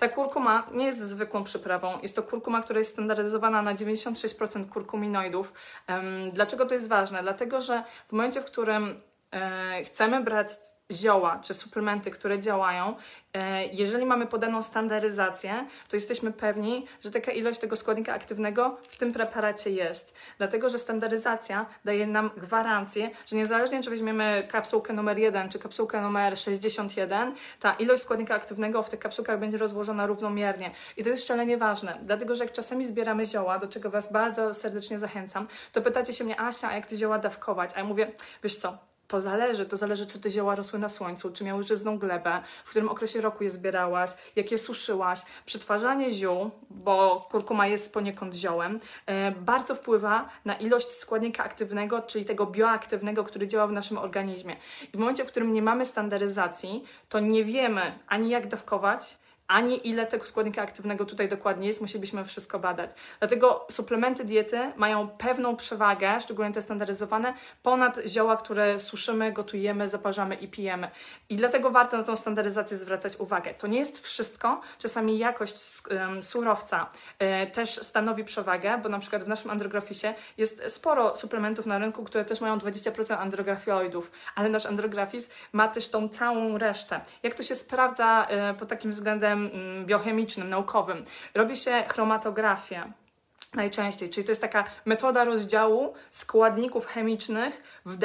Ta kurkuma nie jest zwykłą przyprawą. Jest to kurkuma, która jest standaryzowana na 96% kurkuminoidów. Dlaczego to jest ważne? Dlatego, że w momencie, w którym chcemy brać zioła czy suplementy, które działają, jeżeli mamy podaną standaryzację, to jesteśmy pewni, że taka ilość tego składnika aktywnego w tym preparacie jest. Dlatego, że standaryzacja daje nam gwarancję, że niezależnie czy weźmiemy kapsułkę numer 1 czy kapsułkę numer 61, ta ilość składnika aktywnego w tych kapsułkach będzie rozłożona równomiernie. I to jest szalenie ważne, dlatego, że jak czasami zbieramy zioła, do czego Was bardzo serdecznie zachęcam, to pytacie się mnie: Asia, a jak te zioła dawkować? A ja mówię: wiesz co? To zależy, czy te zioła rosły na słońcu, czy miały żyzną glebę, w którym okresie roku je zbierałaś, jak je suszyłaś. Przetwarzanie ziół, bo kurkuma jest poniekąd ziołem, bardzo wpływa na ilość składnika aktywnego, czyli tego bioaktywnego, który działa w naszym organizmie. I w momencie, w którym nie mamy standaryzacji, to nie wiemy ani jak dawkować, ani ile tego składnika aktywnego tutaj dokładnie jest, musielibyśmy wszystko badać. Dlatego suplementy diety mają pewną przewagę, szczególnie te standaryzowane, ponad zioła, które suszymy, gotujemy, zaparzamy i pijemy. I dlatego warto na tą standaryzację zwracać uwagę. To nie jest wszystko. Czasami jakość surowca też stanowi przewagę, bo na przykład w naszym andrografisie jest sporo suplementów na rynku, które też mają 20% andrografioidów, ale nasz andrografis ma też tą całą resztę. Jak to się sprawdza pod takim względem biochemicznym, naukowym? Robi się chromatografię najczęściej, czyli to jest taka metoda rozdziału składników chemicznych w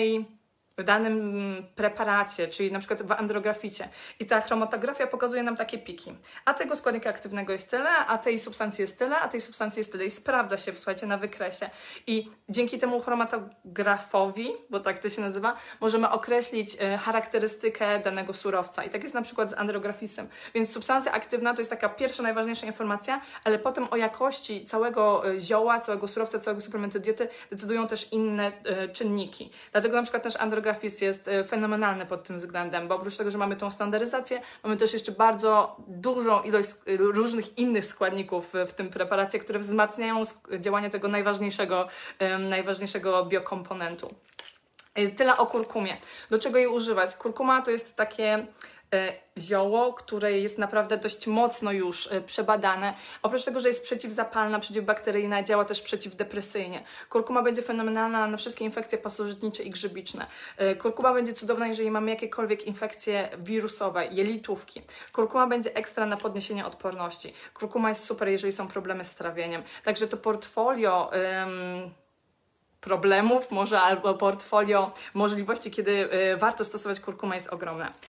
danym preparacie, czyli na przykład w andrograficie. I ta chromatografia pokazuje nam takie piki. A tego składnika aktywnego jest tyle, a tej substancji jest tyle, a tej substancji jest tyle. I sprawdza się, słuchajcie, na wykresie. I dzięki temu chromatografowi, bo tak to się nazywa, możemy określić charakterystykę danego surowca. I tak jest na przykład z andrografisem. Więc substancja aktywna to jest taka pierwsza, najważniejsza informacja, ale potem o jakości całego zioła, całego surowca, całego suplementu diety decydują też inne czynniki. Dlatego na przykład nasz andrografis jest fenomenalny pod tym względem, bo oprócz tego, że mamy tą standaryzację, mamy też jeszcze bardzo dużą ilość różnych innych składników w tym preparacie, które wzmacniają działanie tego najważniejszego biokomponentu. Tyle o kurkumie. Do czego jej używać? Kurkuma to jest takie zioło, które jest naprawdę dość mocno już przebadane. Oprócz tego, że jest przeciwzapalna, przeciwbakteryjna, działa też przeciwdepresyjnie. Kurkuma będzie fenomenalna na wszystkie infekcje pasożytnicze i grzybiczne. Kurkuma będzie cudowna, jeżeli mamy jakiekolwiek infekcje wirusowe, jelitówki. Kurkuma będzie ekstra na podniesienie odporności. Kurkuma jest super, jeżeli są problemy z trawieniem. Także to portfolio problemów może, albo portfolio możliwości, kiedy warto stosować kurkumę, jest ogromne.